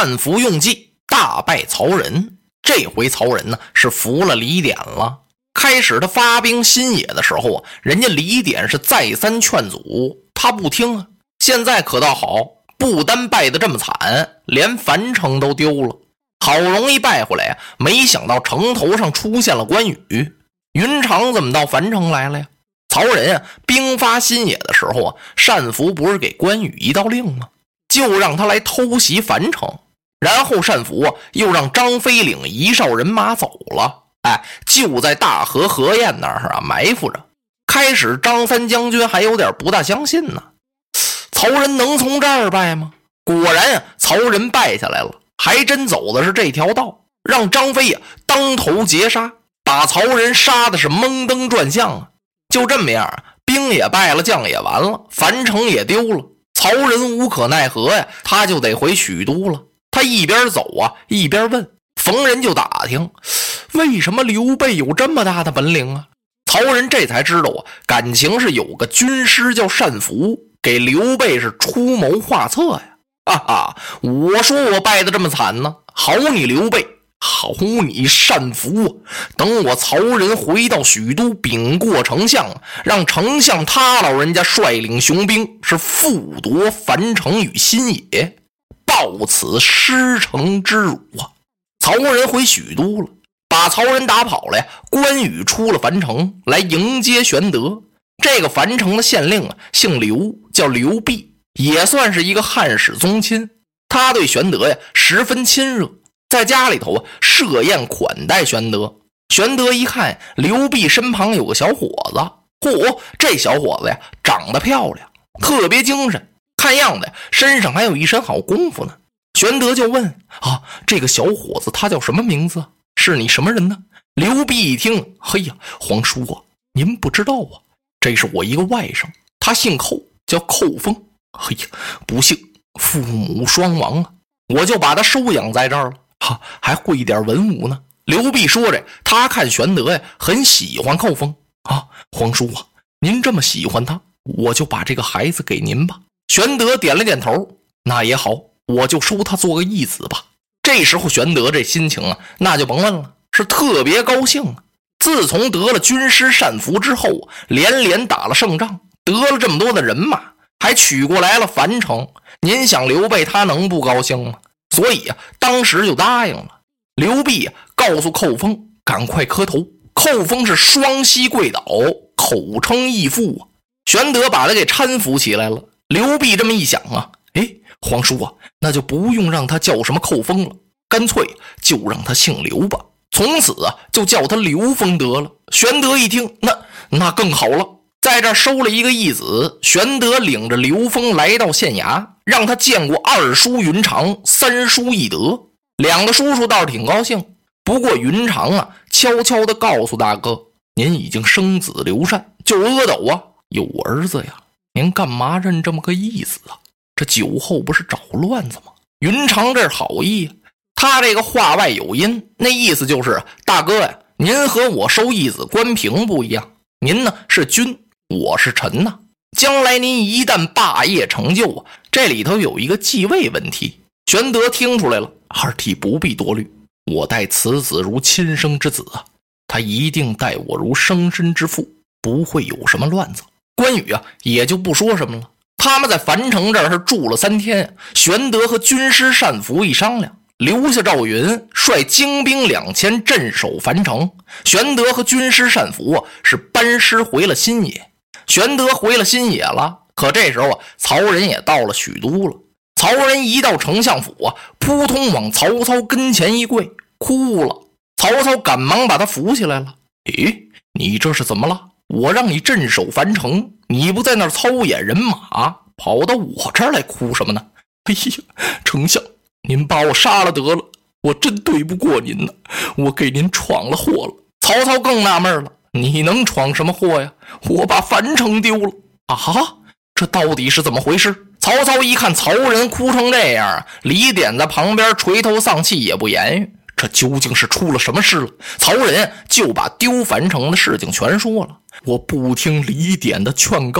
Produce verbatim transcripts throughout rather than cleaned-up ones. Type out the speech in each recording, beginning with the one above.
单服用计，大败曹仁。这回曹仁呢是服了李典了。开始他发兵新野的时候啊，人家李典是再三劝阻，他不听啊。现在可倒好，不单败得这么惨，连樊城都丢了。好容易败回来呀，没想到城头上出现了关羽。云长怎么到樊城来了呀？曹仁啊，兵发新野的时候啊，单福不是给关羽一道令吗？就让他来偷袭樊城。然后单福啊，又让张飞领一哨人马走了。哎，就在大河河堰那儿啊埋伏着。开始张三将军还有点不大相信呢，曹仁能从这儿败吗？果然啊，曹仁败下来了，还真走的是这条道，让张飞啊当头截杀，把曹仁杀的是蒙登转向啊。就这么样啊，兵也败了，将也完了，樊城也丢了。曹仁无可奈何呀，他就得回许都了。他一边走啊，一边问，逢人就打听，为什么刘备有这么大的本领啊？曹仁这才知道啊，感情是有个军师叫单福，给刘备是出谋划策呀。哈哈，我说我败得这么惨呢，好你刘备，好你单福，等我曹仁回到许都，禀过丞相，让丞相他老人家率领雄兵是复夺樊城与新野，报此失城之辱啊！曹仁回许都了，把曹仁打跑了呀。关羽出了樊城来迎接玄德。这个樊城的县令啊，姓刘，叫刘弼，也算是一个汉室宗亲。他对玄德呀十分亲热，在家里头啊设宴款待玄德。玄德一看刘弼身旁有个小伙子，嚯，这小伙子呀长得漂亮，特别精神，看样子呀身上还有一身好功夫呢。玄德就问啊，这个小伙子他叫什么名字？是你什么人呢？刘弼一听，嘿呀，皇叔啊，您不知道啊，这是我一个外甥，他姓寇，叫寇丰。嘿呀，不幸父母双亡啊，我就把他收养在这儿了，哈，还会点文武呢。刘弼说着，他看玄德呀很喜欢寇丰啊，皇叔啊，您这么喜欢他，我就把这个孩子给您吧。玄德点了点头，那也好，我就收他做个义子吧。这时候玄德这心情啊，那就甭问了，是特别高兴啊。自从得了军师单福之后，连连打了胜仗，得了这么多的人马，还取过来了樊城。您想刘备他能不高兴吗？所以啊，当时就答应了。刘弼啊，告诉寇丰赶快磕头。寇丰是双膝跪倒，口称义父啊。玄德把他给搀扶起来了。刘弼这么一想啊，诶，皇叔啊，那就不用让他叫什么寇丰了，干脆就让他姓刘吧，从此啊就叫他刘丰得了。玄德一听，那那更好了，在这儿收了一个义子。玄德领着刘丰来到县衙，让他见过二叔云长，三叔翼德。两个叔叔倒是挺高兴，不过云长啊悄悄地告诉大哥，您已经生子刘禅，就是阿斗啊有儿子呀，您干嘛认这么个义子啊？这酒后不是找乱子吗？云长这是好意，他这个话外有音，那意思就是大哥呀，您和我收义子关平不一样，您呢是君，我是臣呐。将来您一旦霸业成就啊，这里头有一个继位问题。玄德听出来了，二弟不必多虑，我待此子如亲生之子啊，他一定待我如生身之父，不会有什么乱子。关羽啊也就不说什么了。他们在樊城这儿是住了三天，玄德和军师单福一商量，留下赵云率精兵两千镇守樊城。玄德和军师单福啊是班师回了新野。玄德回了新野了，可这时候啊曹仁也到了许都了。曹仁一到丞相府啊，扑通往曹操跟前一跪，哭了。曹操赶忙把他扶起来了。诶，你这是怎么了？我让你镇守樊城，你不在那儿操演人马，跑到我这儿来哭什么呢？哎呀，丞相，您把我杀了得了，我真对不过您呢，我给您闯了祸了。曹操更纳闷了，你能闯什么祸呀？我把樊城丢了啊！这到底是怎么回事？曹操一看曹仁哭成这样，李典在旁边垂头丧气也不言语，这究竟是出了什么事了？曹仁就把丢樊城的事情全说了。我不听李典的劝告，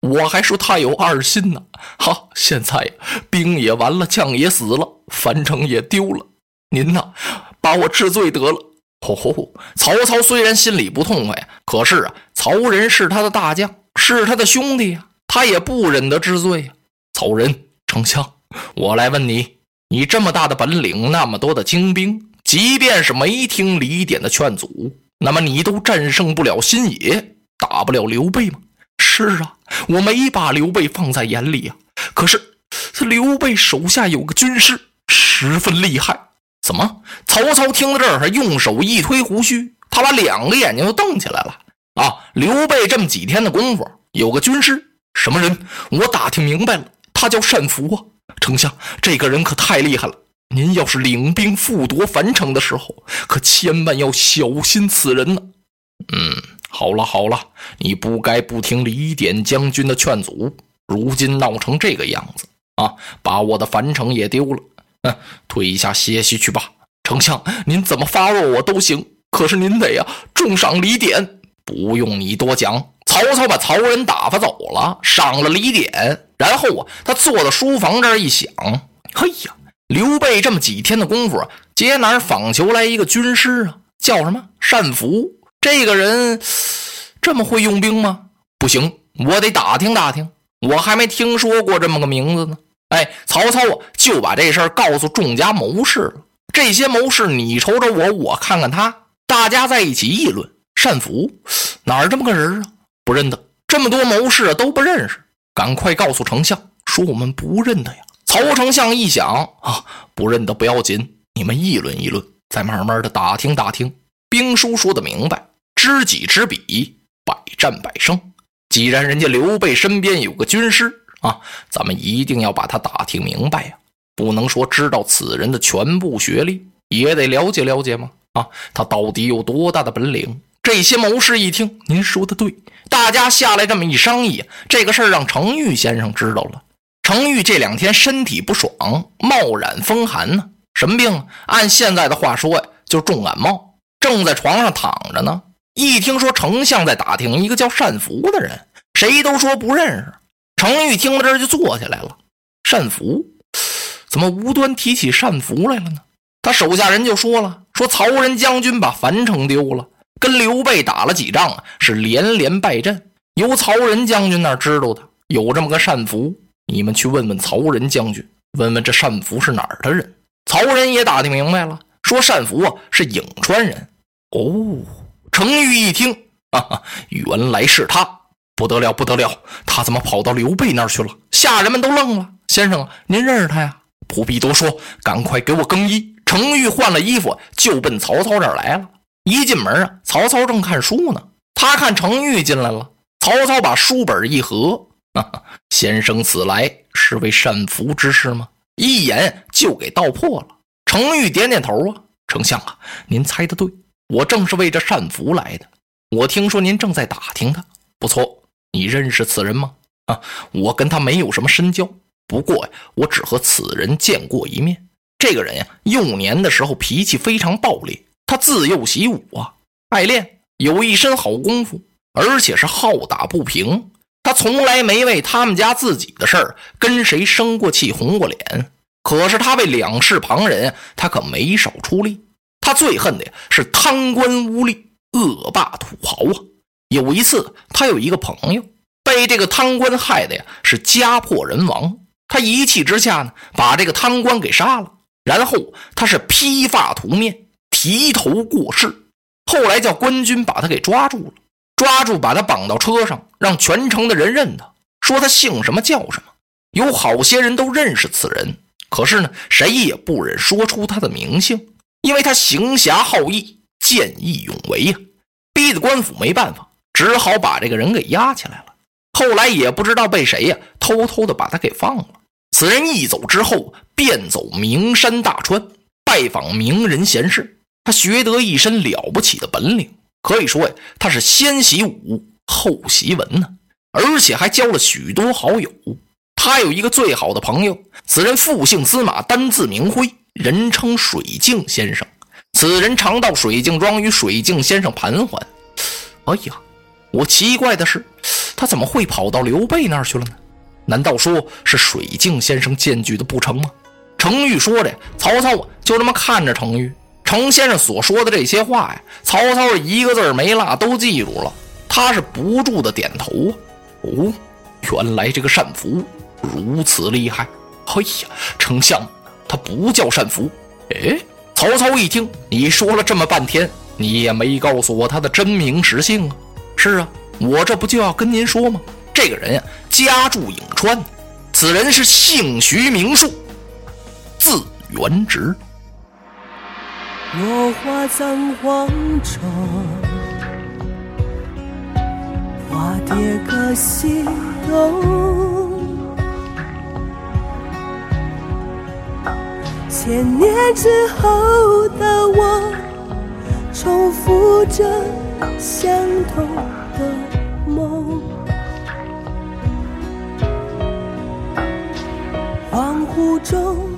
我还说他有二心呢。哈，现在呀，兵也完了，将也死了，樊城也丢了。您呐，把我治罪得了。吼吼！曹操虽然心里不痛快，可是啊，曹仁是他的大将，是他的兄弟呀，他也不忍得治罪呀。曹仁，丞相，我来问你，你这么大的本领，那么多的精兵，即便是没听李典的劝阻，那么你都战胜不了新野，打不了刘备吗？是啊，我没把刘备放在眼里啊。可是刘备手下有个军师十分厉害。怎么？曹操听到这儿，用手一推胡须，他把两个眼睛都瞪起来了。啊，刘备这么几天的功夫，有个军师，什么人？我打听明白了，他叫单福啊。丞相，这个人可太厉害了。您要是领兵复夺樊城的时候，可千万要小心此人呢。嗯，好了好了，你不该不听李典将军的劝阻，如今闹成这个样子啊，把我的樊城也丢了。嗯，退下歇息去吧。丞相，您怎么发落我都行，可是您得呀重赏李典。不用你多讲，曹操把曹仁打发走了，赏了李典，然后啊，他坐到书房这儿一想，嘿呀，刘备这么几天的功夫啊，接哪儿访求来一个军师啊，叫什么单福？这个人这么会用兵吗？不行，我得打听打听，我还没听说过这么个名字呢。哎，曹操啊，就把这事儿告诉众家谋士了。这些谋士你瞅瞅我，我看看他，大家在一起议论。单福哪儿这么个人啊？不认得。这么多谋士啊都不认识，赶快告诉丞相，说我们不认得呀。曹丞相一想啊，不认得不要紧，你们议论议论，再慢慢的打听打听。兵书说得明白，知己知彼，百战百胜。既然人家刘备身边有个军师啊，咱们一定要把他打听明白呀，不能说知道此人的全部学历，也得了解了解吗？啊，他到底有多大的本领？这些谋士一听，您说的对，大家下来这么一商议，这个事儿让程昱先生知道了。程昱这两天身体不爽，冒染风寒呢。什么病？按现在的话说呀，就是重感冒，正在床上躺着呢。一听说丞相在打听一个叫单福的人，谁都说不认识。程昱听到这儿就坐下来了。单福怎么无端提起单福来了呢？他手下人就说了，说曹仁将军把樊城丢了，跟刘备打了几仗啊，是连连败阵。由曹仁将军那儿知道的，有这么个单福，你们去问问曹仁将军，问问这单福是哪儿的人。曹仁也打听明白了，说单福啊是颍川人。哦，程昱一听，哈哈，原来是他，不得了不得了，他怎么跑到刘备那儿去了？下人们都愣了。先生啊，您认识他呀？不必多说，赶快给我更衣。程昱换了衣服，就奔曹操这儿来了。一进门啊，曹操正看书呢，他看程昱进来了，曹操把书本一合，哈哈，先生此来是为单福之事吗？一眼就给道破了。程昱点点头啊，丞相啊，您猜得对，我正是为这单福来的。我听说您正在打听他，不错，你认识此人吗？啊，我跟他没有什么深交，不过呀，我只和此人见过一面。这个人呀，幼年的时候脾气非常暴烈，他自幼习武啊，爱练，有一身好功夫，而且是好打不平。他从来没为他们家自己的事儿跟谁生过气红过脸，可是他为两世旁人，他可没少出力。他最恨的呀是贪官污吏、恶霸土豪啊。有一次他有一个朋友被这个贪官害的呀是家破人亡，他一气之下呢把这个贪官给杀了，然后他是披发涂面，提头过世。后来叫官军把他给抓住了，抓住把他绑到车上，让全城的人认他，说他姓什么叫什么。有好些人都认识此人，可是呢谁也不忍说出他的名姓，因为他行侠好义，见义勇为呀、啊，逼得官府没办法，只好把这个人给押起来了。后来也不知道被谁呀、啊、偷偷的把他给放了。此人一走之后，便走名山大川，拜访名人贤士，他学得一身了不起的本领，可以说呀，他是先习武后习文呢，而且还交了许多好友。他有一个最好的朋友，此人复姓司马，单字明辉，人称水镜先生。此人常到水镜庄与水镜先生盘桓。哎呀，我奇怪的是，他他怎么会跑到刘备那儿去了呢？难道说是水镜先生荐举的不成吗？程昱说着，曹操就这么看着程昱。程先生所说的这些话呀，曹操是一个字没落都记住了，他是不住的点头啊。哦，原来这个单福如此厉害。哎呀，丞相他不叫单福。哎，曹操一听，你说了这么半天，你也没告诉我他的真名实姓啊。是啊，我这不就要跟您说吗？这个人呀，家住颍川，此人是姓徐名树，字元直。 落花葬黄冢，花蝶各西东。千年之后的我，重复着相同的梦。恍惚中